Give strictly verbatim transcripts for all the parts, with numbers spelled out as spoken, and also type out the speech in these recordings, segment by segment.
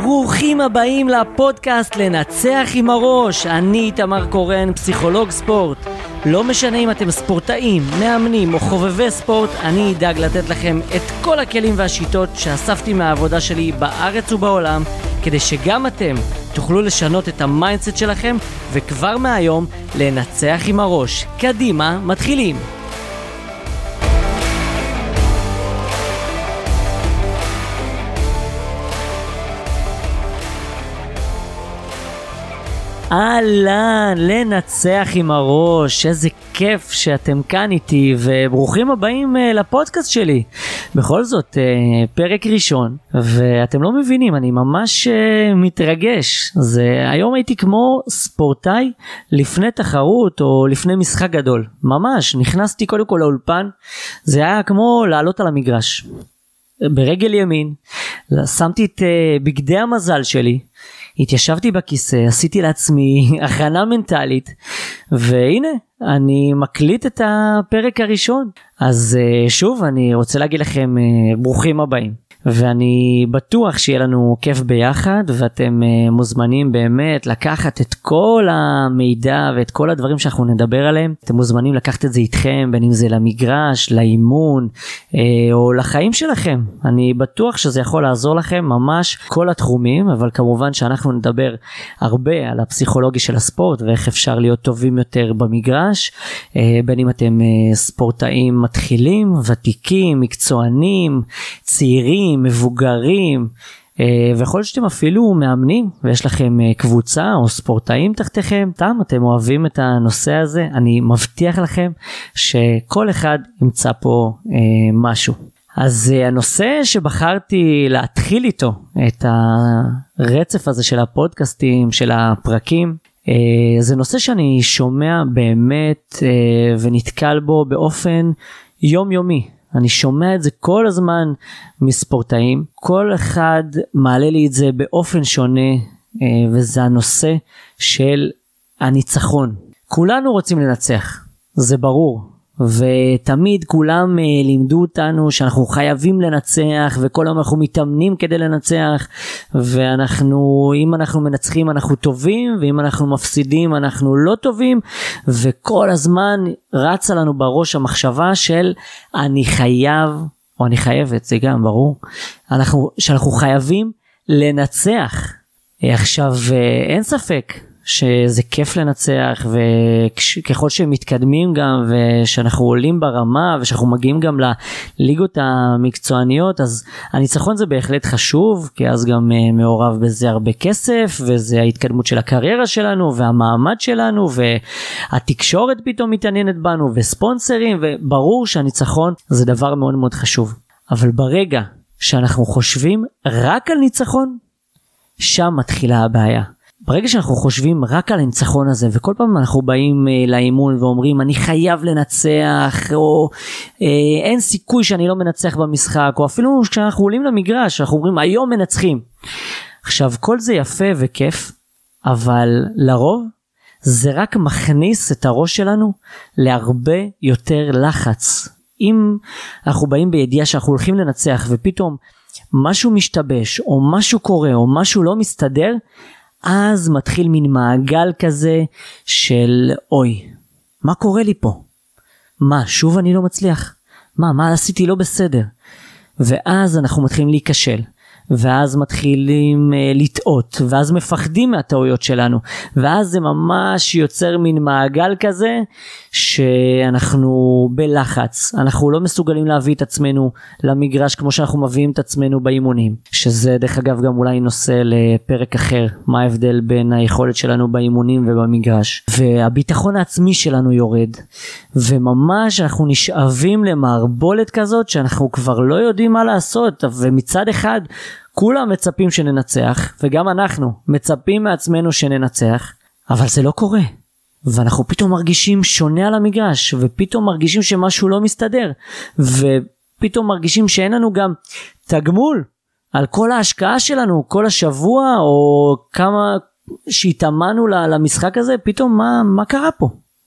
ברוכים הבאים לפודקאסט לנצח עם הראש. אני תמר קורן, פסיכולוג ספורט. לא משנה אם אתם ספורטאים, מאמנים או חובבי ספורט, אני אדאג לתת לכם את כל הכלים והשיטות שאספתי מהעבודה שלי בארץ ובעולם, כדי שגם אתם תוכלו לשנות את המיינדסט שלכם וכבר מהיום לנצח עם הראש. קדימה, מתחילים. אהלן, לנצח עם הראש, איזה כיף שאתם כאן איתי וברוכים הבאים לפודקאסט שלי. בכל זאת, פרק ראשון, ואתם לא מבינים, אני ממש מתרגש. זה, היום הייתי כמו ספורטאי לפני תחרות או לפני משחק גדול. ממש, נכנסתי קודם כל לאולפן, זה היה כמו לעלות על המגרש. ברגל ימין, שמתי את בגדי המזל שלי, התיישבתי בכיסא, עשיתי לעצמי הכנה מנטלית, והנה, אני מקליט את הפרק הראשון. אז שוב, אני רוצה להגיד לכם ברוכים הבאים. ואני בטוח שיהיה לנו כיף ביחד, ואתם מוזמנים באמת לקחת את כל המידע ואת כל הדברים שאנחנו נדבר עליהם. אתם מוזמנים לקחת את זה איתכם, בין אם זה למגרש, לאימון, או לחיים שלכם. אני בטוח שזה יכול לעזור לכם ממש כל התחומים, אבל כמובן שאנחנו נדבר הרבה על הפסיכולוגיה של הספורט, ואיך אפשר להיות טובים יותר במגרש, בין אם אתם ספורטאים מתחילים, ותיקים, מקצוענים, צעירים, מבוגרים, ויכול שאתם אפילו מאמנים ויש לכם קבוצה או ספורטאים תחתיכם, תם אתם אוהבים את הנושא הזה, אני מבטיח לכם שכל אחד ימצא פה אה, משהו. אז אה, הנושא שבחרתי להתחיל איתו את הרצף הזה של הפודקאסטים, של הפרקים, אה, זה נושא שאני שומע באמת אה, ונתקל בו באופן יומיומי. אני שומע את זה כל הזמן מספורטאים, כל אחד מעלה לי את זה באופן שונה, וזה הנושא של הניצחון. כולנו רוצים לנצח, זה ברור, ותמיד כולם לימדו אותנו שאנחנו חייבים לנצח, וכל היום אנחנו מתאמנים כדי לנצח, ואנחנו, אם אנחנו מנצחים אנחנו טובים, ואם אנחנו מפסידים אנחנו לא טובים, וכל הזמן רצה לנו בראש המחשבה של אני חייב, או אני חייבת, זה גם ברור, אנחנו, שאנחנו חייבים לנצח. עכשיו אין ספק שזה כיף לנצח, וככל שהם מתקדמים גם, ושאנחנו עולים ברמה, ושאנחנו מגיעים גם לליגות המקצועניות, אז הניצחון זה בהחלט חשוב, כי אז גם מעורב בזה הרבה כסף, וזה ההתקדמות של הקריירה שלנו, והמעמד שלנו, והתקשורת פתאום מתעניינת בנו, וספונסרים, וברור שהניצחון זה דבר מאוד מאוד חשוב. אבל ברגע שאנחנו חושבים רק על ניצחון, שם מתחילה הבעיה. ברגע שאנחנו חושבים רק על הניצחון הזה, וכל פעם אנחנו באים אה, לאימון ואומרים, אני חייב לנצח, או אה, אין סיכוי שאני לא מנצח במשחק, או אפילו כשאנחנו עולים למגרש, אנחנו אומרים, היום מנצחים. עכשיו, כל זה יפה וכיף, אבל לרוב, זה רק מכניס את הראש שלנו להרבה יותר לחץ. אם אנחנו באים בידיעה שאנחנו הולכים לנצח, ופתאום משהו משתבש, או משהו קורה, או משהו לא מסתדר, אז מתחיל מין מעגל כזה של אוי, מה קורה לי פה? מה, שוב אני לא מצליח? מה, מה עשיתי לא בסדר? ואז אנחנו מתחילים להיכשל, ואז מתחילים uh, לטעות, ואז מפחדים מהטעויות שלנו, ואז זה ממש יוצר מין מעגל כזה, שאנחנו בלחץ, אנחנו לא מסוגלים להביא את עצמנו למגרש, כמו שאנחנו מביאים את עצמנו באימונים, שזה דרך אגב גם אולי נושא לפרק אחר, מה ההבדל בין היכולת שלנו באימונים ובמגרש, והביטחון העצמי שלנו יורד, וממש אנחנו נשאבים למערבולת כזאת, שאנחנו כבר לא יודעים מה לעשות, ומצד אחד, כולם מצפים שננצח, וגם אנחנו מצפים מעצמנו שננצח, אבל זה לא קורה. ואנחנו פתאום מרגישים שונה על המגרש, ופתאום מרגישים שמשהו לא מסתדר, ופתאום מרגישים שאין לנו גם תגמול על כל ההשקעה שלנו, כל השבוע, או כמה שהתאמנו למשחק הזה, פתאום מה, מה קרה פה?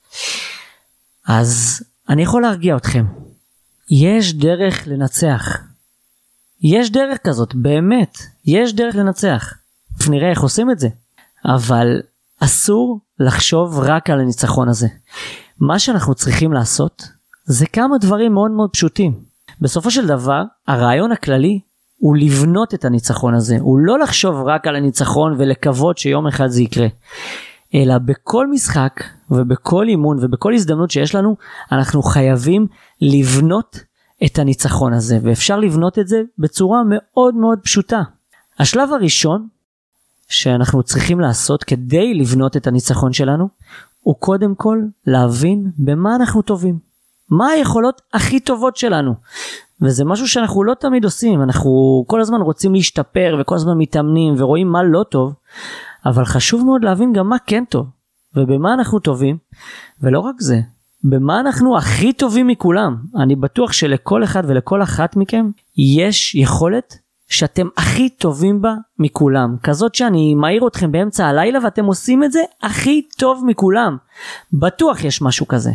אז אני יכול להרגיע אתכם, יש דרך לנצח. יש דרך כזאת, באמת, יש דרך לנצח. נראה איך עושים את זה. אבל אסור לחשוב רק על הניצחון הזה. מה שאנחנו צריכים לעשות, זה כמה דברים מאוד מאוד פשוטים. בסופו של דבר, הרעיון הכללי, הוא לבנות את הניצחון הזה. הוא לא לחשוב רק על הניצחון ולקוות שיום אחד זה יקרה. אלא בכל משחק ובכל אימון ובכל הזדמנות שיש לנו, אנחנו חייבים לבנות את הניצחון הזה. ואפשר לבנות את זה בצורה מאוד מאוד פשוטה. השלב הראשון שאנחנו צריכים לעשות כדי לבנות את הניצחון שלנו, הוא קודם כל להבין במה אנחנו טובים. מה היכולות הכי טובות שלנו. וזה משהו שאנחנו לא תמיד עושים. אנחנו כל הזמן רוצים להשתפר וכל הזמן מתאמנים ורואים מה לא טוב. אבל חשוב מאוד להבין גם מה כן טוב. ובמה אנחנו טובים. ולא רק זה. במה אנחנו הכי טובים מכולם. אני בטוח שלכל אחד ולכל אחת מכם יש יכולת שאתם הכי טובים בה מכולם. כזאת שאני מעיר אתכם באמצע הלילה ואתם עושים את זה הכי טוב מכולם. בטוח יש משהו כזה.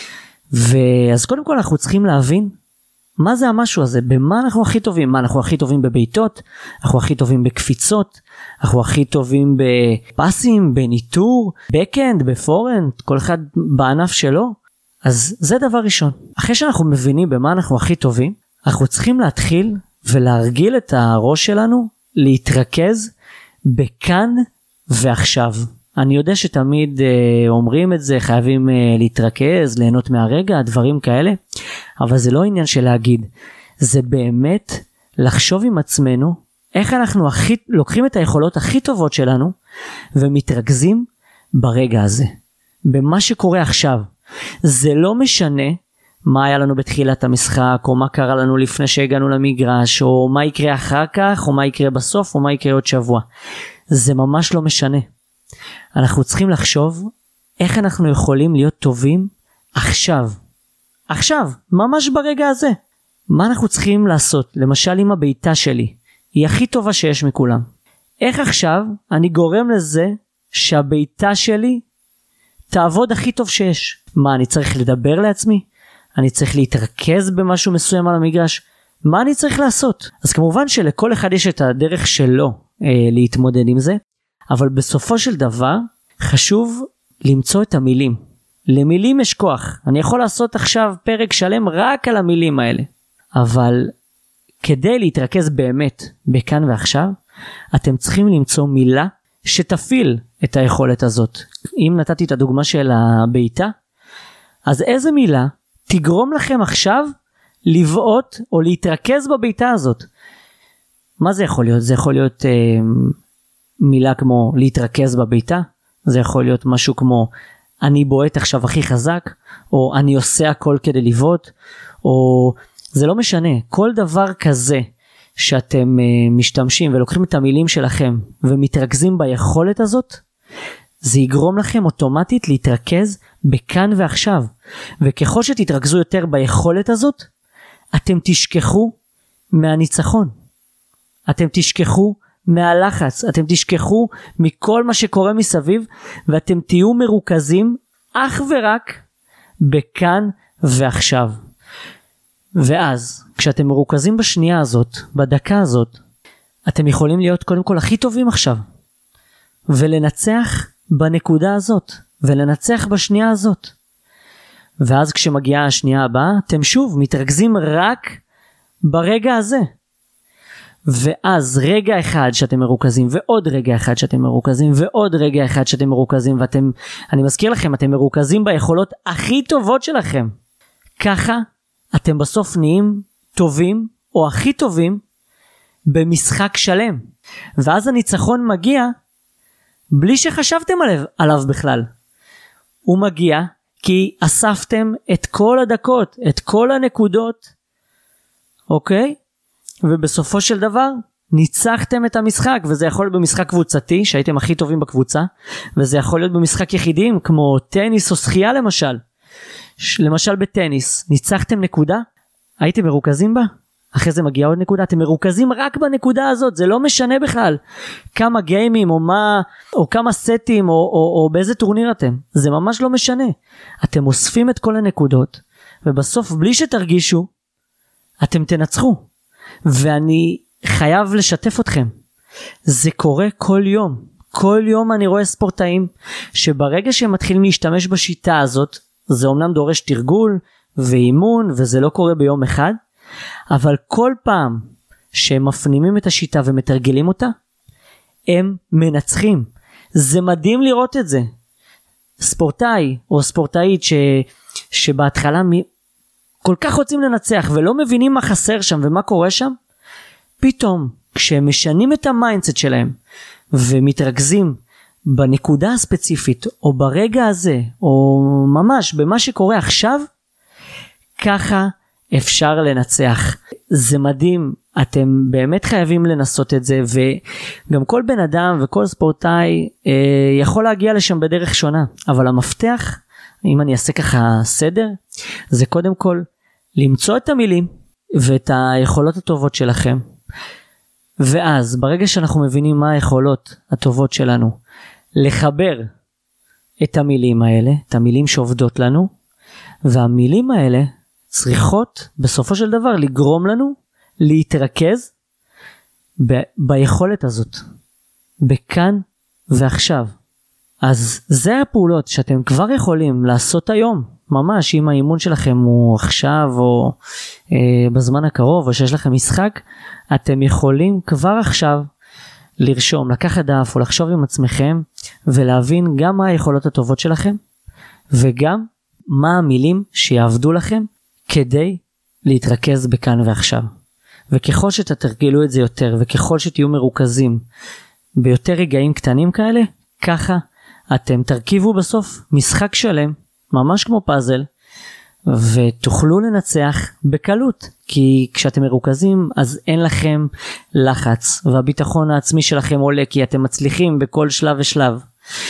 ואז קודם כל אנחנו צריכים להבין מה זה המשהו הזה, במה אנחנו הכי טובים. מה, אנחנו הכי טובים בביתות, אנחנו הכי טובים בקפיצות, אנחנו הכי טובים בפסים, בניטור, בקאנד, בפורנד, כל אחד בענף שלו. אז זה דבר ראשון. אחרי שאנחנו מבינים במה אנחנו הכי טובים, אנחנו צריכים להתחיל ולהרגיל את הראש שלנו להתרכז בכאן ועכשיו. אני יודע שתמיד אה, אומרים את זה, חייבים אה, להתרכז, ליהנות מהרגע, דברים כאלה, אבל זה לא עניין של להגיד, זה באמת לחשוב עם עצמנו, איך אנחנו הכי, לוקחים את היכולות הכי טובות שלנו, ומתרכזים ברגע הזה, במה שקורה עכשיו. זה לא משנה מה היה לנו בתחילת המשחק, או מה קרה לנו לפני שהגענו למגרש, או מה יקרה אחר כך, או מה יקרה בסוף, או מה יקרה עוד שבוע. זה ממש לא משנה. אנחנו צריכים לחשוב איך אנחנו יכולים להיות טובים עכשיו. עכשיו, ממש ברגע הזה. מה אנחנו צריכים לעשות? למשל עם הביתה שלי, היא הכי טובה שיש מכולם. איך עכשיו אני גורם לזה שהביתה שלי תעבוד הכי טוב שיש? מה, אני צריך לדבר לעצמי? אני צריך להתרכז במשהו מסוים על המגרש? מה אני צריך לעשות? אז כמובן שלכל אחד יש את הדרך שלו אה, להתמודד עם זה, אבל בסופו של דבר חשוב למצוא את המילים. למילים יש כוח. אני יכול לעשות עכשיו פרק שלם רק על המילים האלה. אבל כדי להתרכז באמת בכאן ועכשיו, אתם צריכים למצוא מילה שתפיל את היכולת הזאת. אם נתתי את הדוגמה של הביתה, אז איזה מילה תגרום לכם עכשיו לבעוט או להתרכז בביתה הזאת? מה זה יכול להיות? זה יכול להיות אה, מילה כמו להתרכז בביתה, זה יכול להיות משהו כמו אני בועט עכשיו הכי חזק, או אני עושה הכל כדי לבעוט, או זה לא משנה, כל דבר כזה שאתם uh, משתמשים ולוקחים את המילים שלכם ומתרכזים ביכולת הזאת, זה יגרום לכם אוטומטית להתרכז בכאן ועכשיו. וככל שתתרכזו יותר ביכולת הזאת, אתם תשכחו מהניצחון. אתם תשכחו מהלחץ, אתם תשכחו מכל מה שקורה מסביב, ואתם תהיו מרוכזים אך ורק בכאן ועכשיו. ואז, כשאתם מרוכזים בשנייה הזאת, בדקה הזאת, אתם יכולים להיות קודם כל הכי טובים עכשיו, ולנצח בנקודה הזאת, ולנצח בשנייה הזאת. ואז כשמגיעה השנייה הבאה, אתם שוב מתרכזים רק ברגע הזה. ואז רגע אחד שאתם מרוכזים, ועוד רגע אחד שאתם מרוכזים, ועוד רגע אחד שאתם מרוכזים, ואתם, אני מזכיר לכם, אתם מרוכזים ביכולות הכי טובות שלכם. ככה אתם בסוף נהיים טובים, או הכי טובים, במשחק שלם. ואז הניצחון מגיע, בלי שחשבתם עליו, עליו בכלל. הוא מגיע, כי אספתם את כל הדקות, את כל הנקודות, אוקיי? ובסופו של דבר, ניצחתם את המשחק, וזה יכול להיות במשחק קבוצתי, שהייתם הכי טובים בקבוצה, וזה יכול להיות במשחק יחידים, כמו טניס או שחייה למשל. למשל בטניס, ניצחתם נקודה, הייתם מרוכזים בה, אחרי זה מגיעה עוד נקודה, אתם מרוכזים רק בנקודה הזאת, זה לא משנה בכלל כמה גיימים או מה, או כמה סטים או, או, או באיזה טורניר אתם, זה ממש לא משנה. אתם אוספים את כל הנקודות, ובסוף בלי שתרגישו, אתם תנצחו. ואני חייב לשתף אתכם, זה קורה כל יום. כל יום אני רואה ספורטאים שברגע שהם מתחילים להשתמש בשיטה הזאת, זה אומנם דורש תרגול ואימון, וזה לא קורה ביום אחד, אבל כל פעם שהם מפנימים את השיטה ומתרגלים אותה, הם מנצחים. זה מדהים לראות את זה. ספורטאי או ספורטאית ש, שבהתחלה מ... כל כך רוצים לנצח ולא מבינים מה חסר שם ומה קורה שם, פתאום כשהם משנים את המיינדסט שלהם ומתרכזים בנקודה הספציפית או ברגע הזה או ממש במה שקורה עכשיו, ככה אפשר לנצח. זה מדהים, אתם באמת חייבים לנסות את זה, וגם כל בן אדם וכל ספורטאי אה, יכול להגיע לשם בדרך שונה, אבל המפתח, אם אני אעשה ככה סדר, זה קודם כל למצוא את המילים ואת היכולות הטובות שלכם, ואז ברגע שאנחנו מבינים מה היכולות הטובות שלנו, לחבר את המילים האלה, את המילים שעובדות לנו, והמילים האלה צריכות בסופו של דבר לגרום לנו להתרכז ב- ביכולת הזאת, בכאן ועכשיו. אז זה הפעולות שאתם כבר יכולים לעשות היום, ממש אם האימון שלכם הוא עכשיו או אה, בזמן הקרוב, או שיש לכם משחק, אתם יכולים כבר עכשיו לרשום, לקחת דף או לחשוב עם עצמכם, ולהבין גם מה היכולות הטובות שלכם, וגם מה המילים שיעבדו לכם, כדי להתרכז בכאן ועכשיו. וככל שתתרגלו את זה יותר, וככל שתהיו מרוכזים ביותר רגעים קטנים כאלה, ככה אתם תרכיבו בסוף משחק שלם, ממש כמו פאזל, ותוכלו לנצח בקלות. כי כשאתם מרוכזים, אז אין לכם לחץ, והביטחון העצמי שלכם עולה, כי אתם מצליחים בכל שלב ושלב.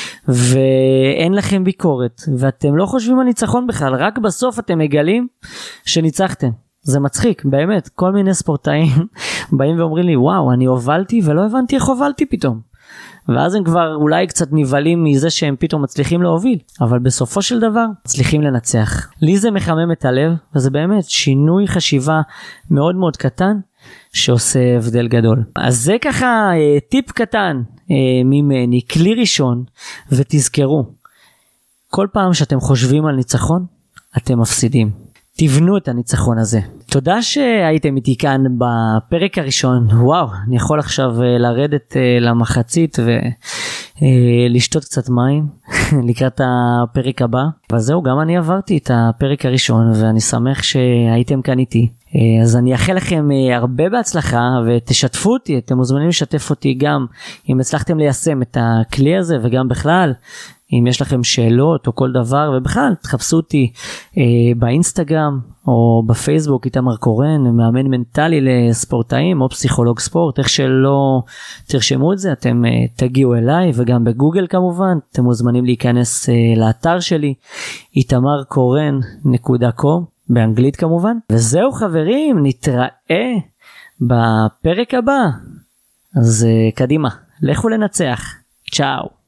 ואין לכם ביקורת, ואתם לא חושבים על ניצחון בכלל, רק בסוף אתם מגלים שניצחתם. זה מצחיק, באמת, כל מיני ספורטאים באים ואומרים לי, וואו, אני הובלתי ולא הבנתי איך הובלתי פתאום. ואז הם כבר אולי קצת נבלים מזה שהם פתאום מצליחים להוביל, אבל בסופו של דבר מצליחים לנצח. לי זה מחמם את הלב, וזה באמת שינוי חשיבה מאוד מאוד קטן, שעושה הבדל גדול. אז זה ככה טיפ קטן ממני, כלי ראשון, ותזכרו, כל פעם שאתם חושבים על ניצחון, אתם מפסידים. תבנו את הניצחון הזה. תודה שהייתם איתי כאן בפרק הראשון. וואו, אני יכול עכשיו לרדת למחצית ולשתות קצת מים לקראת הפרק הבא. וזהו, גם אני עברתי את הפרק הראשון ואני שמח שהייתם כאן איתי. אז אני אאחל לכם הרבה בהצלחה ותשתפו אותי, אתם מוזמנים לשתף אותי גם אם הצלחתם ליישם את הכלי הזה, וגם בכלל אם יש לכם שאלות או כל דבר, ובכלל תחפשו אותי אה, באינסטגרם או בפייסבוק, איתמר קורן, מאמן מנטלי לספורטאים או פסיכולוג ספורט, איך שלא תרשמו את זה, אתם אה, תגיעו אליי, וגם בגוגל כמובן, אתם מוזמנים להיכנס אה, לאתר שלי, איתמר קורן נקודה קום, באנגלית כמובן. וזהו חברים, נתראה בפרק הבא. אז uh, קדימה, לכו לנצח. צ'או.